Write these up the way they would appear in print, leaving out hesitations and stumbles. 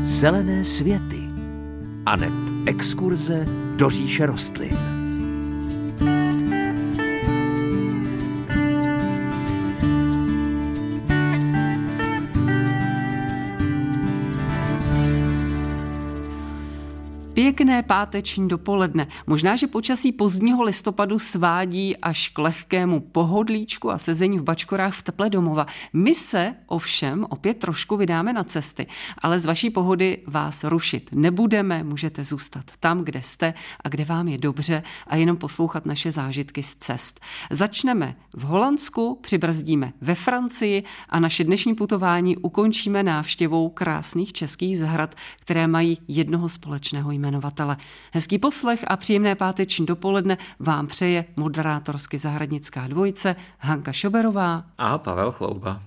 Zelené světy aneb exkurze do říše rostlin. Pěkné páteční dopoledne. Možná, že počasí pozdního listopadu svádí až k lehkému pohodlíčku a sezení v bačkorách v teple domova. My se ovšem opět trošku vydáme na cesty, ale z vaší pohody vás rušit nebudeme, můžete zůstat tam, kde jste a kde vám je dobře a jenom poslouchat naše zážitky z cest. Začneme v Holandsku, přibrzdíme ve Francii a naše dnešní putování ukončíme návštěvou krásných českých zahrad, které mají jednoho společného jmenovatele. Hezký poslech a příjemné páteční dopoledne vám přeje moderátorsky zahradnická dvojice Hanka Šoberová a Pavel Chlouba.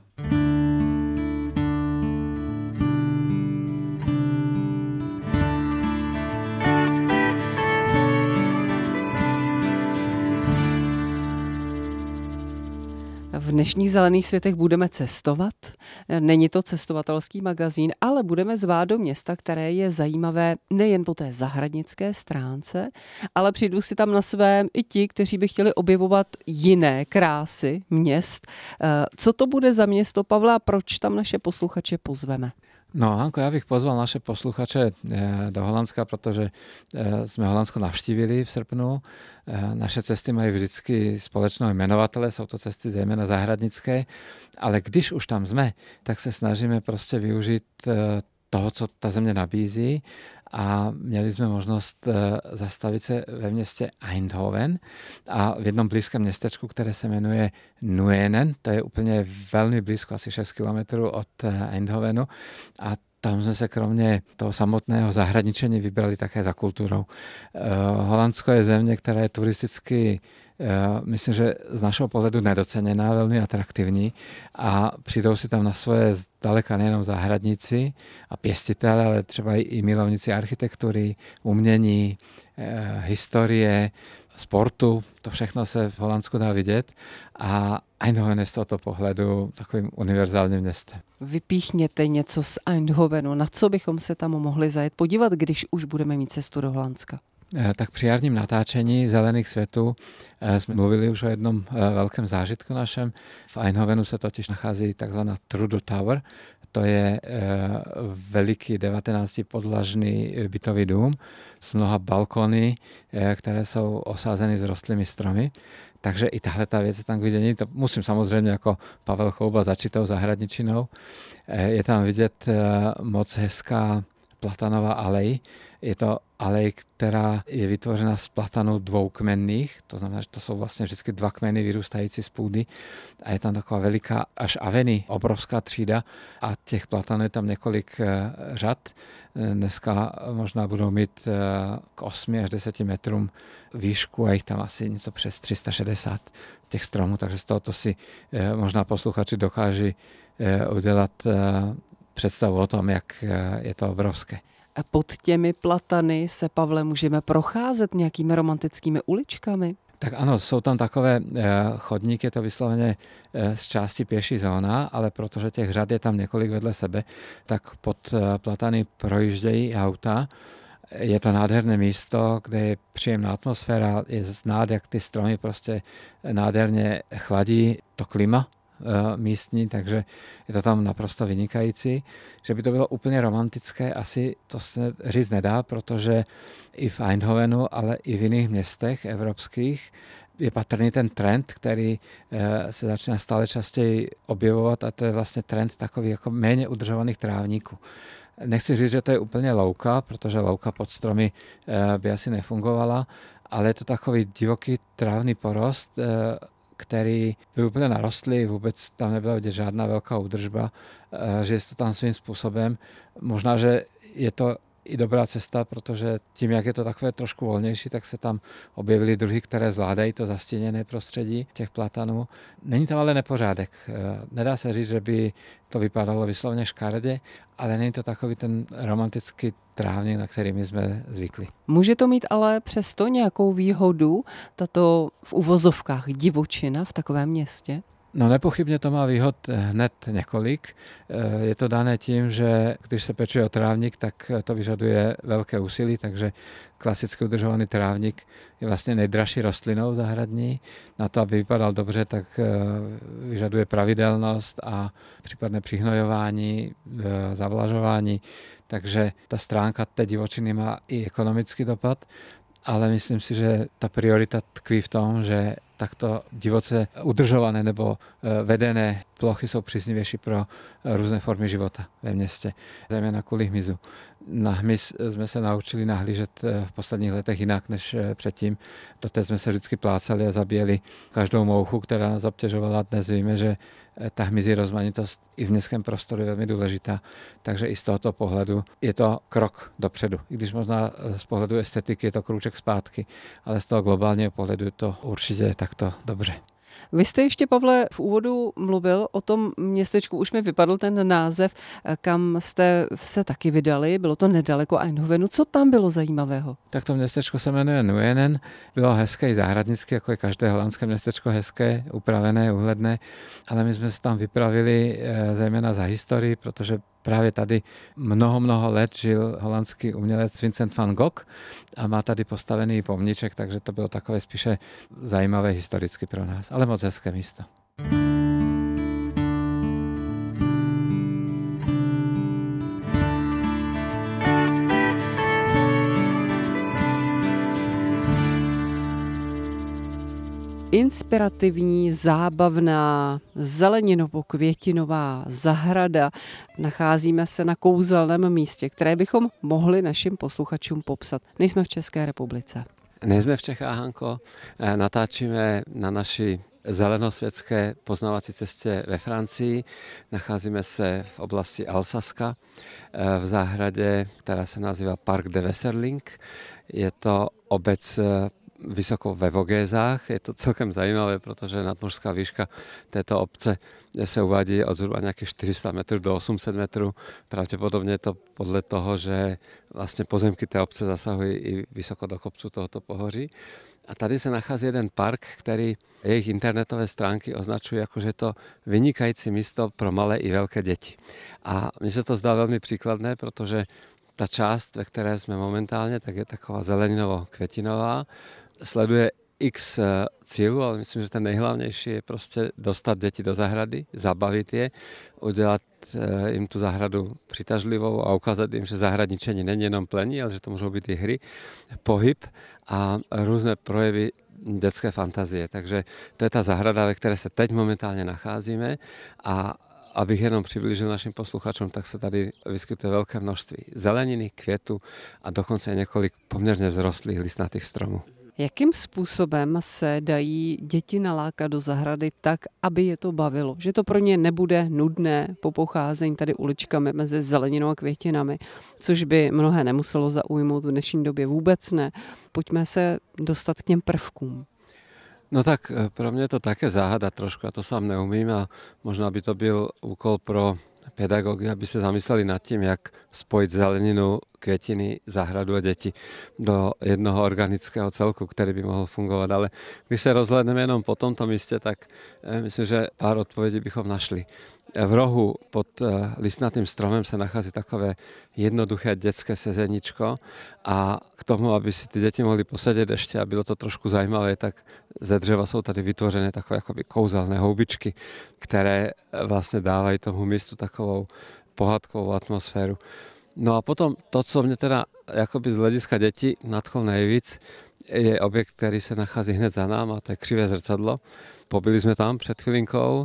V dnešních Zelených světech budeme cestovat. Není to cestovatelský magazín, ale budeme zvát do města, které je zajímavé nejen po té zahradnické stránce, ale přijdou si tam na své i ti, kteří by chtěli objevovat jiné krásy měst. Co to bude za město, Pavla, a proč tam naše posluchače pozveme? No, Hanko, ja bych pozval naše posluchače do Holandska, protože sme Holandsko navštívili v srpnu. Naše cesty mají vždycky společného jmenovatele, jsou to cesty zejména zahradnické, ale když už tam jsme, tak se snažíme prostě využít toho, co ta země nabízí, a měli jsme možnost zastavit se ve městě Eindhoven a v jednom blízkém městečku, které se jmenuje Nuenen, to je úplně velmi blízko, asi 6 kilometrů od Eindhovenu, a tam jsme se kromě toho samotného zahradničení vybrali také za kulturou. Holandsko je země, která je turisticky, myslím, že z našeho pohledu nedoceněná, velmi atraktivní, a přijdou si tam na svoje zdaleka nejenom zahradníci a pěstitelé, ale třeba i milovníci architektury, umění, historie, sportu. To všechno se v Holandsku dá vidět a Eindhoven je z tohoto pohledu takovým univerzálním městem. Vypíchněte něco z Eindhovenu, na co bychom se tam mohli zajet podívat, když už budeme mít cestu do Holandska? Tak při jarním natáčení Zelených světů jsme mluvili už o jednom velkém zážitku našem. V Eindhovenu se totiž nachází takzvaná Trudel Tower. To je veliký 19-podlažný bytový dům s mnoha balkony, které jsou osázeny vzrostlými stromy. Takže i tahle ta věc je tam k vidění. To musím samozřejmě jako Pavel Chlouba začít tou zahradničinou. Je tam vidět moc hezká platanová alej. Je to alej, která je vytvořena z platanů dvoukmenných, to znamená, že to jsou vlastně vždycky dva kmeny vyrůstající z půdy, a je tam taková veliká až aveny, obrovská třída, a těch platanů je tam několik řad. Dneska možná budou mít k 8 až 10 metrům výšku a jich tam asi něco přes 360 těch stromů, takže z tohoto si možná posluchači dokáží udělat představu o tom, jak je to obrovské. A pod těmi platany se, Pavle, můžeme procházet nějakými romantickými uličkami? Tak ano, jsou tam takové chodníky, je to vysloveně z části pěší zóna, ale protože těch řad je tam několik vedle sebe, tak pod platany projíždějí auta. Je to nádherné místo, kde je příjemná atmosféra, je znát, jak ty stromy prostě nádherně chladí to klima místní, takže je to tam naprosto vynikající. Že by to bylo úplně romantické, asi to se říct nedá, protože i v Eindhovenu, ale i v jiných městech evropských je patrný ten trend, který se začíná stále častěji objevovat, a to je vlastně trend takových jako méně udržovaných trávníků. Nechci říct, že to je úplně louka, protože louka pod stromy by asi nefungovala, ale je to takový divoký trávný porost, který byl úplně narostlý, vůbec tam nebyla vidět žádná velká údržba, že je to tam svým způsobem. Možná, že je to i dobrá cesta, protože tím, jak je to takové trošku volnější, tak se tam objevily druhy, které zvládají to zastíněné prostředí těch platanů. Není tam ale nepořádek. Nedá se říct, že by to vypadalo vyslovně škaredě, ale není to takový ten romantický trávník, na který my jsme zvykli. Může to mít ale přesto nějakou výhodu, tato v uvozovkách divočina v takovém městě? No nepochybně to má výhod hned několik. Je to dané tím, že když se pečuje o trávník, tak to vyžaduje velké úsilí, takže klasicky udržovaný trávník je vlastně nejdražší rostlinou zahradní. Na to, aby vypadal dobře, tak vyžaduje pravidelnost a případné přihnojování, zavlažování. Takže ta stránka té divočiny má i ekonomický dopad, ale myslím si, že ta priorita tkví v tom, že takto divoce udržované nebo vedené plochy jsou příznivější pro různé formy života ve městě, zejména kvůli hmyzu. Na hmyz jsme se naučili nahlížet v posledních letech jinak než předtím. Doteď jsme se vždycky plácali a zabíjeli každou mouchu, která nás obtěžovala. Dnes víme, že ta hmyzí rozmanitost i v městském prostoru je velmi důležitá, takže i z tohoto pohledu je to krok dopředu. I když možná z pohledu estetiky je to krůček zpátky, ale z toho globálního pohledu je to určitě takto dobře. Vy jste ještě, Pavle, v úvodu mluvil o tom městečku, už mi vypadl ten název, kam jste se taky vydali, bylo to nedaleko Eindhovenu. Co tam bylo zajímavého? Tak to městečko se jmenuje Nuenen, bylo hezké i zahradnické, jako je každé holandské městečko hezké, upravené, úhledné, ale my jsme se tam vypravili zejména za historii, protože právě tady mnoho let žil holandský umělec Vincent van Gogh a má tady postavený pomníček, takže to bylo takové spíše zajímavé historicky pro nás, ale moc hezké místo. Inspirativní, zábavná, zeleninovo-květinová zahrada. Nacházíme se na kouzelném místě, které bychom mohli našim posluchačům popsat. Nejsme v České republice. Nejsme v Čechách, Hanko. Natáčíme na naší zelenosvětské poznávací cestě ve Francii. Nacházíme se v oblasti Alsaska v zahradě, která se nazývá Parc de Weserling. Je to obec vysoko ve Vogézách. Je to celkem zajímavé, protože nadmořská výška této obce se uvádí od zhruba nějakých 400 metrů do 800 metrů. Pravděpodobně je to podle toho, že vlastně pozemky té obce zasahují i vysoko do kopců tohoto pohoří. A tady se nachází jeden park, který jejich internetové stránky označují jako, že je to vynikající místo pro malé i velké děti. A mně se to zdá velmi příkladné, protože ta část, ve které jsme momentálně, tak je taková zeleninovo-květinová. Sleduje x cílů, ale myslím, že ten nejhlavnější je prostě dostat děti do zahrady, zabavit je, udělat jim tu zahradu přitažlivou a ukázat jim, že zahradničení není jenom plení, ale že to můžou být i hry, pohyb a různé projevy dětské fantazie. Takže to je ta zahrada, ve které se teď momentálně nacházíme a abych jenom přiblížil našim posluchačům, tak se tady vyskytuje velké množství zeleniny, květu a dokonce několik poměrně vzrostlých listnatých stromů. Jakým způsobem se dají děti nalákat do zahrady tak, aby je to bavilo? Že to pro ně nebude nudné po pocházení tady uličkami mezi zeleninou a květinami, což by mnohé nemuselo zaujmout v dnešní době, vůbec ne. Pojďme se dostat k těm prvkům. No tak pro mě je to také záhada trošku, já to sám neumím a možná by to byl úkol pro pedagogy, aby se zamysleli nad tím, jak spojit zeleninu, květiny, zahradu a děti do jednoho organického celku, který by mohl fungovat. Ale když se rozhlédneme jenom po tomto místě, tak myslím, že pár odpovědí bychom našli. V rohu pod listnatým stromem se nachází takové jednoduché dětské sezeničko a k tomu, aby si ty děti mohly posedět ještě a bylo to trošku zajímavé, tak ze dřeva jsou tady vytvořené takové jakoby kouzelné houbičky, které vlastně dávají tomu místu takovou pohádkovou atmosféru. No a potom to, co mě teda jakoby z hlediska dětí nadchlo nejvíc, je objekt, který se nachází hned za náma, to je křivé zrcadlo. Pobyli jsme tam před chvilinkou,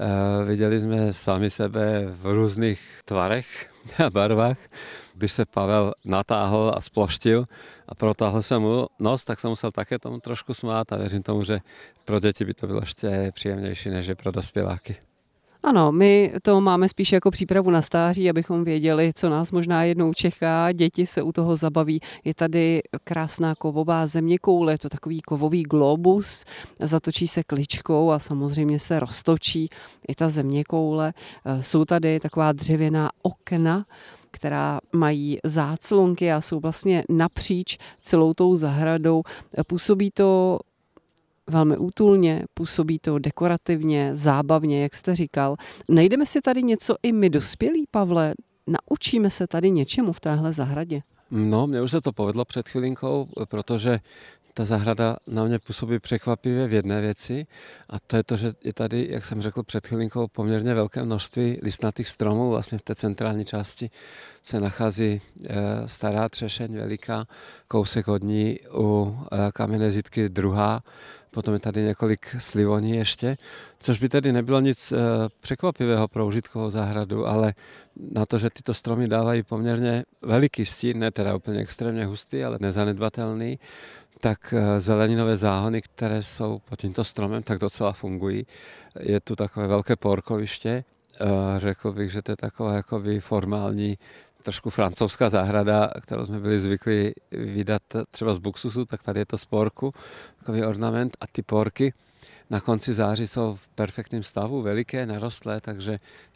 viděli jsme sami sebe v různých tvarech a barvách. Když se Pavel natáhl a sploštil a protáhl se mu nos, tak jsem musel také tomu trošku smát a věřím tomu, že pro děti by to bylo ještě příjemnější, než je pro dospěláky. Ano, my to máme spíš jako přípravu na stáří, abychom věděli, co nás možná jednou čeká. Děti se u toho zabaví. Je tady krásná kovová zeměkoule, je to takový kovový globus, zatočí se kličkou a samozřejmě se roztočí i ta zeměkoule. Jsou tady taková dřevěná okna, která mají záclonky a jsou vlastně napříč celou tou zahradou. Působí to velmi útulně, působí to dekorativně, zábavně, jak jste říkal. Najdeme si tady něco i my dospělí, Pavle? Naučíme se tady něčemu v téhle zahradě? No, mně už se to povedlo před chvilinkou, protože ta zahrada na mě působí překvapivě v jedné věci a to je to, že je tady, jak jsem řekl před chvilinkou, poměrně velké množství listnatých stromů. Vlastně v té centrální části se nachází stará třešeň veliká, kousek od ní u kamenné zítky druhá, potom je tady několik slivoní ještě, což by tedy nebylo nic překvapivého pro užitkovou zahradu, ale na to, že tyto stromy dávají poměrně veliký stín, ne teda úplně extrémně hustý, ale nezanedbatelný, tak zeleninové záhony, které jsou pod tímto stromem, tak docela fungují. Je tu takové velké porkoviště. Řekl bych, že to je taková jakoby formální, trošku francouzská zahrada, kterou jsme byli zvyklí vydat třeba z buksusu, tak tady je to z porku, takový ornament. A ty porky na konci září jsou v perfektním stavu, veliké, narostlé, takže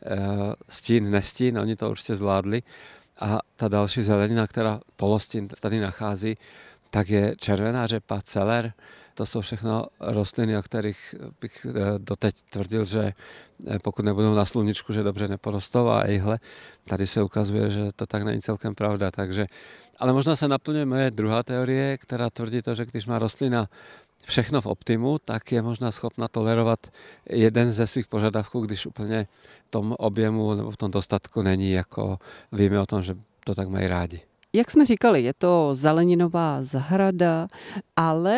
stín, nestín, oni to určitě zvládli. A ta další zelenina, která polostín tady nachází, tak je červená řepa, celer. To jsou všechno rostliny, o kterých bych doteď tvrdil, že pokud nebudou na sluníčku, že dobře neporostou a ejhle, tady se ukazuje, že to tak není celkem pravda. Takže, ale možná se naplňuje moje druhá teorie, která tvrdí to, že když má rostlina všechno v optimu, tak je možná schopna tolerovat jeden ze svých požadavků, když úplně v tom objemu nebo v tom dostatku není, jako víme o tom, že to tak mají rádi. Jak jsme říkali, je to zeleninová zahrada, ale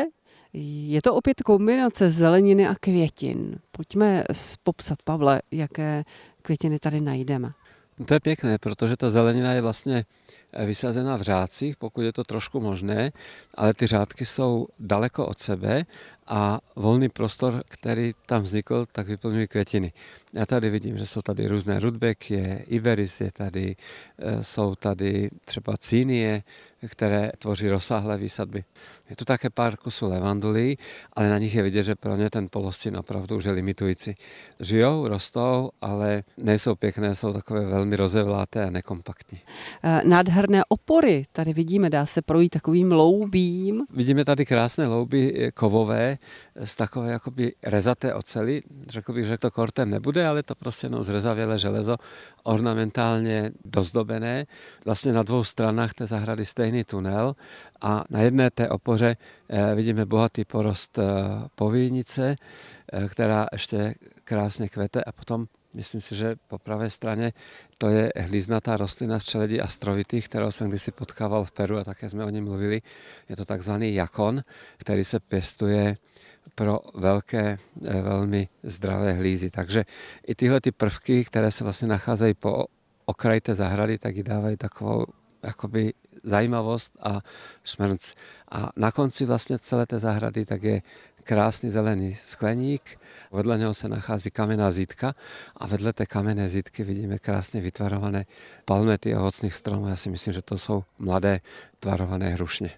je to opět kombinace zeleniny a květin. Pojďme popsat, Pavle, jaké květiny tady najdeme. To je pěkné, protože ta zelenina je vlastně vysazená v řádcích, pokud je to trošku možné, ale ty řádky jsou daleko od sebe a volný prostor, který tam vznikl, tak vyplňují květiny. Já tady vidím, že jsou tady různé rudbeky, iberis je tady, jsou tady třeba cínie, které tvoří rozsáhlé výsadby. Je tu také pár kusů levandulí, ale na nich je vidět, že pro ně ten polostín opravdu už je limitující. Žijou, rostou, ale nejsou pěkné, jsou takové velmi rozevláté a nekompaktní. Nádherné opory tady vidíme, dá se projít takovým loubím. Vidíme tady krásné louby kovové z takové jakoby rezaté oceli. Řekl bych, že to kortem nebude, ale to prostě jenom zrezavělé železo, ornamentálně dozdobené. Vlastně na dvou stranách té zahrady stejný tunel a na jedné té opoře vidíme bohatý porost povínice, která ještě krásně kvete a potom myslím si, že po pravé straně to je hliznatá rostlina z čeledí astrovitých, kterou jsem kdysi potkával v Peru a také jsme o ní mluvili. Je to takzvaný jakon, který se pěstuje pro velké, velmi zdravé hlízy. Takže i tyhle ty prvky, které se vlastně nacházejí po okraji té zahrady, tak ji dávají takovou jakoby zajímavost a šmrnc. A na konci vlastně celé té zahrady tak je krásný zelený skleník, vedle něho se nachází kamenná zítka a vedle té kamenné zítky vidíme krásně vytvarované palmety ovocných stromů. Já si myslím, že to jsou mladé tvarované hrušně.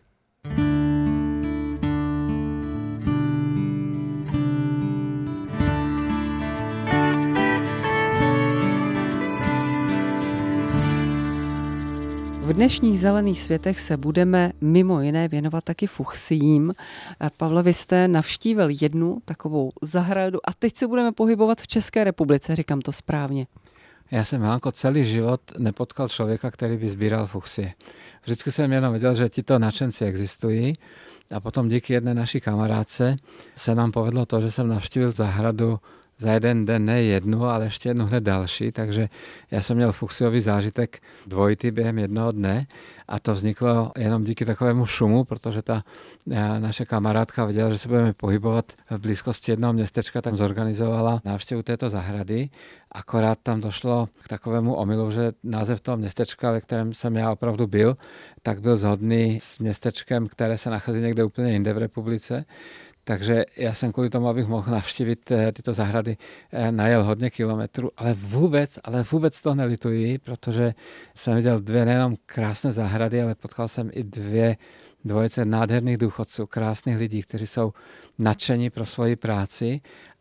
V dnešních zelených světech se budeme mimo jiné věnovat taky fuchsiím. Pavle, vy jste navštívil jednu takovou zahradu a teď se budeme pohybovat v České republice, říkám to správně. Já jsem, Hanko, celý život nepotkal člověka, který by sbíral fuchsie. Vždycky jsem jenom věděl, že tito nadšenci existují a potom díky jedné naší kamarádce se nám povedlo to, že jsem navštívil zahradu za jeden den, ne jednu, ale ještě jednu hned další, takže já jsem měl fuchsiový zážitek dvojitý během jednoho dne a to vzniklo jenom díky takovému šumu, protože ta naše kamarádka věděla, že se budeme pohybovat v blízkosti jednoho městečka, tak zorganizovala návštěvu této zahrady. Akorát tam došlo k takovému omylu, že název toho městečka, ve kterém jsem já opravdu byl, tak byl shodný s městečkem, které se nachází někde úplně jinde v republice. Takže já jsem kvůli tomu, abych mohl navštívit tyto zahrady, najel hodně kilometrů, ale vůbec toho nelituji, protože jsem viděl dvě nejenom krásné zahrady, ale potkal jsem i dvojice nádherných důchodců, krásných lidí, kteří jsou nadšení pro svoji práci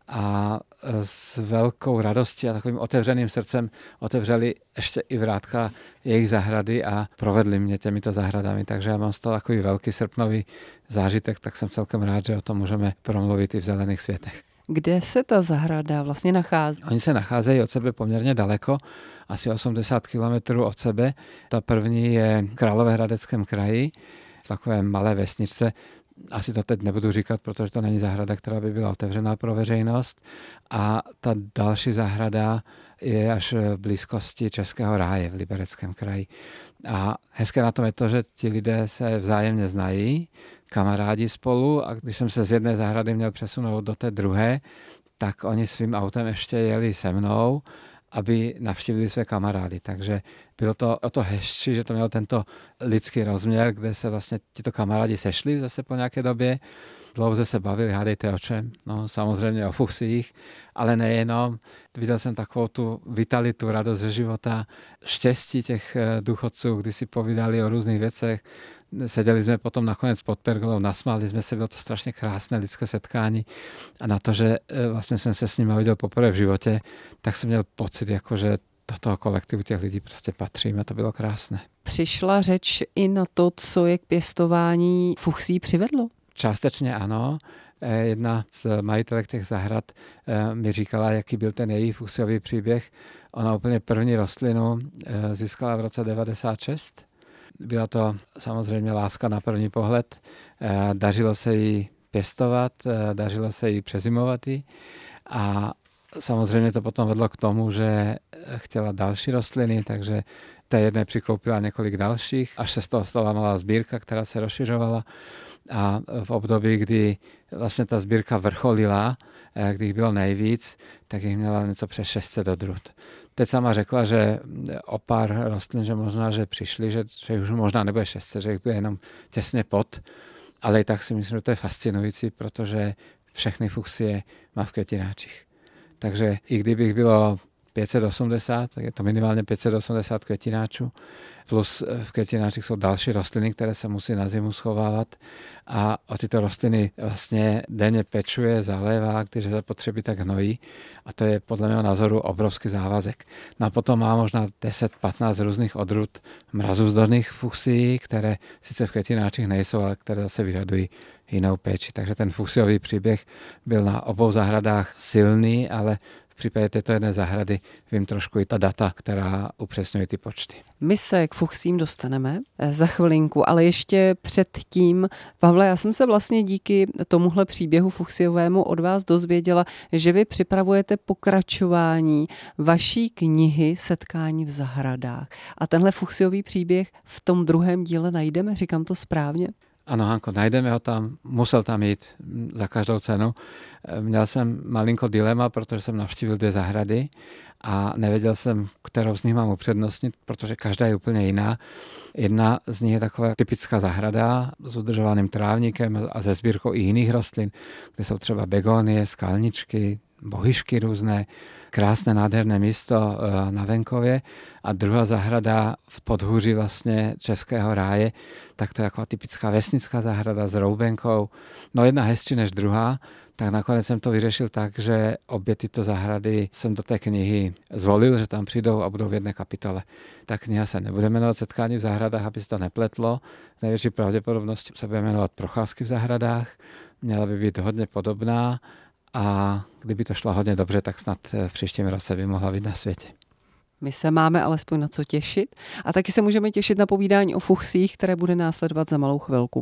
a s velkou radostí a takovým otevřeným srdcem otevřeli ještě i vrátka jejich zahrady a provedli mě těmito zahradami. Takže já mám z toho takový velký srpnový zážitek, tak jsem celkem rád, že o tom můžeme promluvit i v Zelených světech. Kde se ta zahrada vlastně nachází? Oni se nacházejí od sebe poměrně daleko, asi 80 kilometrů od sebe. Ta první je v Královéhradeckém kraji, v takové malé vesničce. Asi to teď nebudu říkat, protože to není zahrada, která by byla otevřená pro veřejnost. A ta další zahrada je až v blízkosti Českého ráje v Libereckém kraji. A hezké na tom je to, že ti lidé se vzájemně znají, kamarádi spolu, a když jsem se z jedné zahrady měl přesunout do té druhé, tak oni svým autem ještě jeli se mnou, aby navštívili své kamarády. Takže bylo to o to hezčí, že to mělo tento lidský rozměr, kde se vlastně tito kamarádi sešli zase po nějaké době. Dlouze se bavili, hádejte o čem? No samozřejmě o fuksích, ale nejenom. Viděl jsem takovou tu vitalitu, radost ze života, štěstí těch důchodců, kdy si povídali o různých věcech. Seděli jsme potom nakonec pod pergolou, nasmáli jsme se, bylo to strašně krásné lidské setkání a na to, že vlastně jsem se s nimi viděl poprvé v životě, tak jsem měl pocit, jako že do toho kolektivu těch lidí prostě patřím a to bylo krásné. Přišla řeč i na to, co je k pěstování fuchsí přivedlo? Částečně ano. Jedna z majitelek těch zahrad mi říkala, jaký byl ten její fuchsiový příběh. Ona úplně první rostlinu získala v roce 96. Byla to samozřejmě láska na první pohled. Dařilo se jí pěstovat, dařilo se jí přezimovat a samozřejmě to potom vedlo k tomu, že chtěla další rostliny, takže té jedné přikoupila několik dalších, až se z toho stala malá sbírka, která se rozšiřovala a v období, kdy vlastně ta sbírka vrcholila, kdy jich bylo nejvíc, tak jich měla něco přes 600 odrůd. Teď sama řekla, že o pár rostlin, že možná, že přišli, že už možná nebude 600, že jich bude jenom těsně pod, ale i tak si myslím, že to je fascinující, protože všechny fuchsie má v květináčích. Takže i kdybych bylo 580, tak je to minimálně 580 květináčů, plus v květináčích jsou další rostliny, které se musí na zimu schovávat a o tyto rostliny vlastně denně pečuje, zalévá, když je zapotřebí, tak hnojí a to je podle mého názoru obrovský závazek. No a potom má možná 10-15 různých odrůd mrazůzdorných fuchsií, které sice v květináčích nejsou, ale které zase vyžadují jinou péči. Takže ten fuchsiový příběh byl na obou zahradách silný, ale v případě této jedné zahrady vím trošku i ta data, která upřesňují ty počty. My se k fuchsím dostaneme za chvilinku, ale ještě předtím, Pavle, já jsem se vlastně díky tomuhle příběhu fuchsiovému od vás dozvěděla, že vy připravujete pokračování vaší knihy Setkání v zahradách. A tenhle fuchsiový příběh v tom druhém díle najdeme, říkám to správně? Ano, Hanko, najdeme ho tam, musel tam jít za každou cenu. Měl jsem malinko dilema, protože jsem navštívil 2 zahrady a nevěděl jsem, kterou z nich mám upřednostnit, protože každá je úplně jiná. Jedna z nich je taková typická zahrada s udržovaným trávníkem a se sbírkou i jiných rostlin, kde jsou třeba begonie, skalničky, bohyšky různé, krásné, nádherné místo na venkově. A druhá zahrada v podhůří vlastně Českého ráje, tak to je jako typická vesnická zahrada s roubenkou. No jedna hezčí než druhá, tak nakonec jsem to vyřešil tak, že obě tyto zahrady jsem do té knihy zvolil, že tam přijdou a budou v jedné kapitole. Ta kniha se nebude jmenovat Setkání v zahradách, aby se to nepletlo. Z největší pravděpodobností se bude jmenovat Procházky v zahradách. Měla by být hodně podobná a kdyby to šlo hodně dobře, tak snad v příštím roce by mohla být na světě. My se máme alespoň na co těšit a taky se můžeme těšit na povídání o fuchsích, které bude následovat za malou chvilku.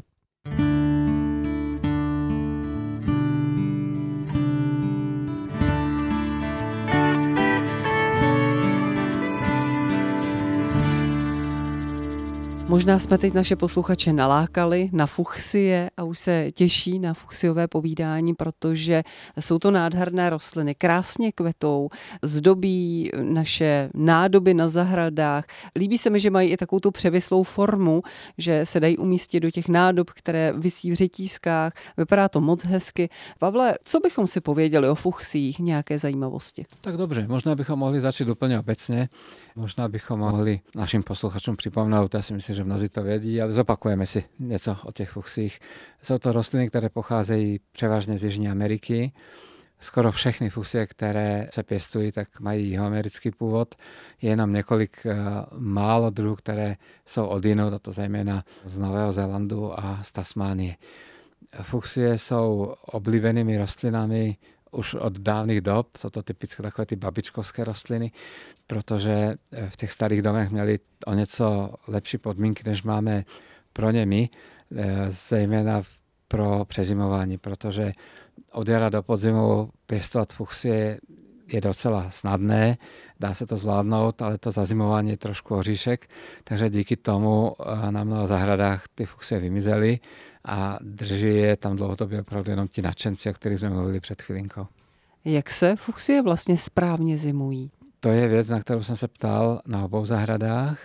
Možná jsme teď naše posluchače nalákali na fuchsie a už se těší na fuchsiové povídání, protože jsou to nádherné rostliny, krásně kvetou, zdobí naše nádoby na zahradách. Líbí se mi, že mají i takovou tu převislou formu, že se dají umístit do těch nádob, které visí v řetízkách. Vypadá to moc hezky. Pavle, co bychom si pověděli o fuchsích, nějaké zajímavosti? Tak dobře, možná bychom mohli začít úplně obecně. Možná bychom mohli našim posluchačům připomenout, já si myslím, že mnozí to vědí, ale zopakujeme si něco o těch fuchsích. Jsou to rostliny, které pocházejí převážně z Jižní Ameriky. skoro všechny fuchsie, které se pěstují, tak mají jihoamerický původ. Je jenom několik málo druhů, které jsou odjinud, a to zejména z Nového Zélandu a z Tasmánie. Fuchsie jsou oblíbenými rostlinami už od dávných dob, jsou to typicky takové ty babičkovské rostliny, protože v těch starých domech měli o něco lepší podmínky, než máme pro ně my, zejména pro přezimování, protože od jara do podzimu pěstovat fuchsie je docela snadné, dá se to zvládnout, ale to zazimování je trošku oříšek, takže díky tomu na mnoha zahradách ty fuchsie vymizely a drží je tam dlouhodobě opravdu jenom ti nadšenci, o kterých jsme mluvili před chvilinkou. Jak se fuchsie vlastně správně zimují? To je věc, na kterou jsem se ptal na obou zahradách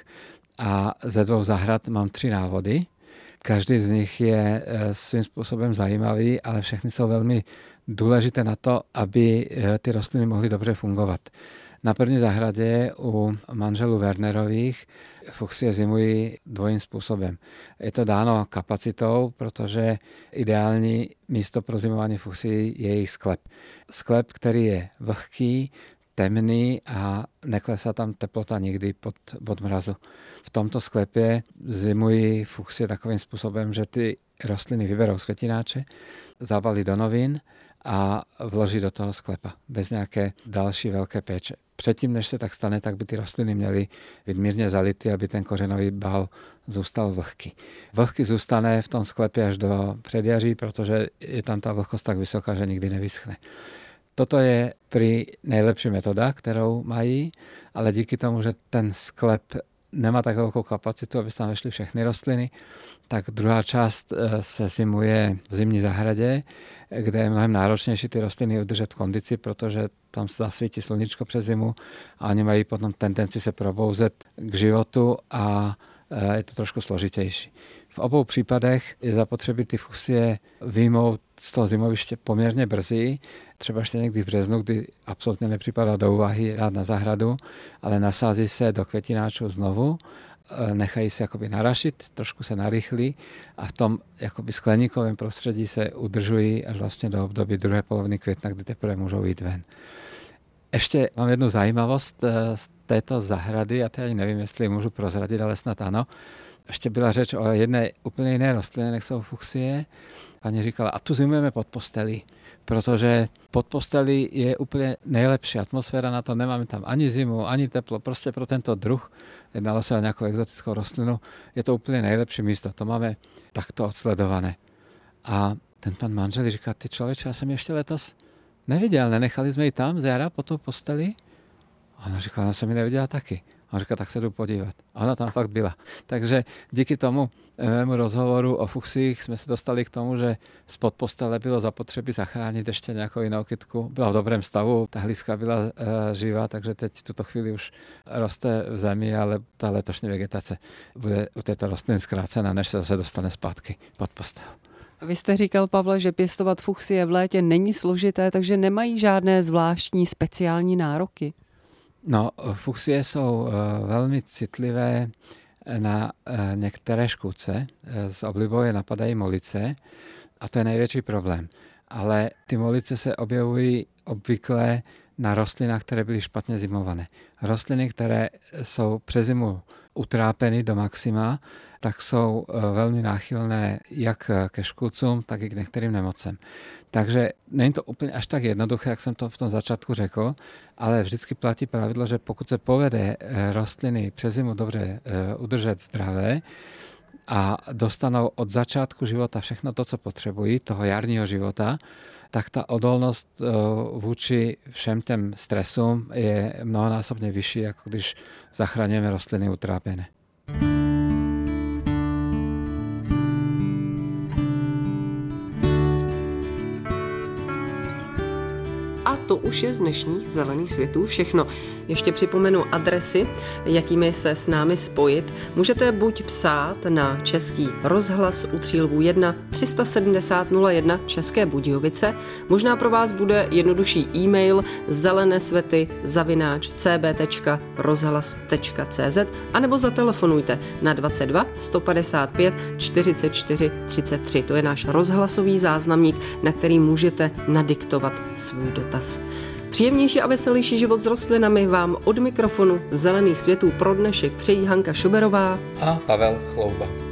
a ze 2 zahrad mám 3 návody. Každý z nich je svým způsobem zajímavý, ale všechny jsou velmi důležité na to, aby ty rostliny mohly dobře fungovat. Na první zahradě u manželů Wernerových fuchsie zimují dvojím způsobem. Je to dáno kapacitou, protože ideální místo pro zimování fuchsií je jejich sklep. Sklep, který je vlhký, temný a neklesá tam teplota nikdy pod mrazu. V tomto sklepě zimují fuchsie takovým způsobem, že ty rostliny vyberou z květináče, zabalí do novin a vloží do toho sklepa bez nějaké další velké péče. Předtím, než se tak stane, tak by ty rostliny měly být mírně zality, aby ten kořenový bál zůstal vlhký. Vlhký zůstane v tom sklepě až do předjaří, protože je tam ta vlhkost tak vysoká, že nikdy nevyschne. Toto je prý nejlepší metoda, kterou mají, ale díky tomu, že ten sklep nemá tak velkou kapacitu, aby se tam vešly všechny rostliny, tak druhá část se zimuje v zimní zahradě, kde je mnohem náročnější ty rostliny udržet v kondici, protože tam se zasvítí sluníčko přes zimu a oni mají potom tendenci se probouzet k životu a je to trošku složitější. V obou případech je zapotřebí ty fuchsie vyjmout z toho zimoviště poměrně brzy, třeba ještě někdy v březnu, kdy absolutně nepřipadá do úvahy dát na zahradu, ale nasází se do květináčů znovu, nechají se jakoby narašit, trošku se narychlí a v tom jakoby skleníkovém prostředí se udržují až vlastně do období druhé poloviny května, kdy teprve můžou jít ven. Ještě mám jednu zajímavost z této zahrady, já teď nevím, jestli můžu prozradit, ale snad ano. Ještě byla řeč o jedné úplně jiné rostlině, než jsou fuchsie. Paní říkala, a tu zimujeme pod postelí, protože pod postelí je úplně nejlepší atmosféra na to, nemáme tam ani zimu, ani teplo, prostě pro tento druh, jednalo se o nějakou exotickou rostlinu, je to úplně nejlepší místo, to máme takto odsledované. A ten pan manžel říká, ty člověče, já jsem ještě letos neviděl, nenechali jsme ji tam z jara pod tou posteli? A ona říkala, já jsem ji neviděla taky. A on říká, tak se jdu podívat. A ona tam fakt byla. Takže díky tomu mému rozhovoru o fuchsích jsme se dostali k tomu, že spod postele bylo zapotřebí zachránit ještě nějakou jinou kytku. Byla v dobrém stavu, ta hlízka byla živá, takže teď v tuto chvíli už roste v zemi, ale ta letošní vegetace bude u této rostliny zkrácena, než se zase dostane zpátky pod postel. Vy jste říkal, Pavle, že pěstovat fuchsie v létě není složité, takže nemají žádné zvláštní speciální nároky. No, fuchsie jsou velmi citlivé na některé škůdce. S oblibou je napadají molice a to je největší problém. Ale ty molice se objevují obvykle na rostlinách, které byly špatně zimované. Rostliny, které jsou přes zimu utrápeny do maxima, tak jsou velmi náchylné jak ke škůdcům, tak i k některým nemocem. Takže není to úplně až tak jednoduché, jak jsem to v tom začátku řekl, ale vždycky platí pravidlo, že pokud se povede rostliny přes zimu dobře udržet zdravé a dostanou od začátku života všechno to, co potřebují, toho jarního života, tak ta odolnost vůči všem těm stresům je mnohonásobně vyšší, jako když zachraňujeme rostliny utrápěné. A to už už je z dnešních Zelených světů všechno. Ještě připomenu adresy, jakými se s námi spojit. Můžete buď psát na Český rozhlas u Třílvů 1 370 01 České Budějovice. Možná pro vás bude jednodušší e-mail zelenesvety@cb.rozhlas.cz anebo zatelefonujte na 22 155 44 33. To je náš rozhlasový záznamník, na který můžete nadiktovat svůj dotaz. Příjemnější a veselější život s rostlinami vám od mikrofonu Zelených světů pro dnešek přejí Hanka Šoberová a Pavel Chlouba.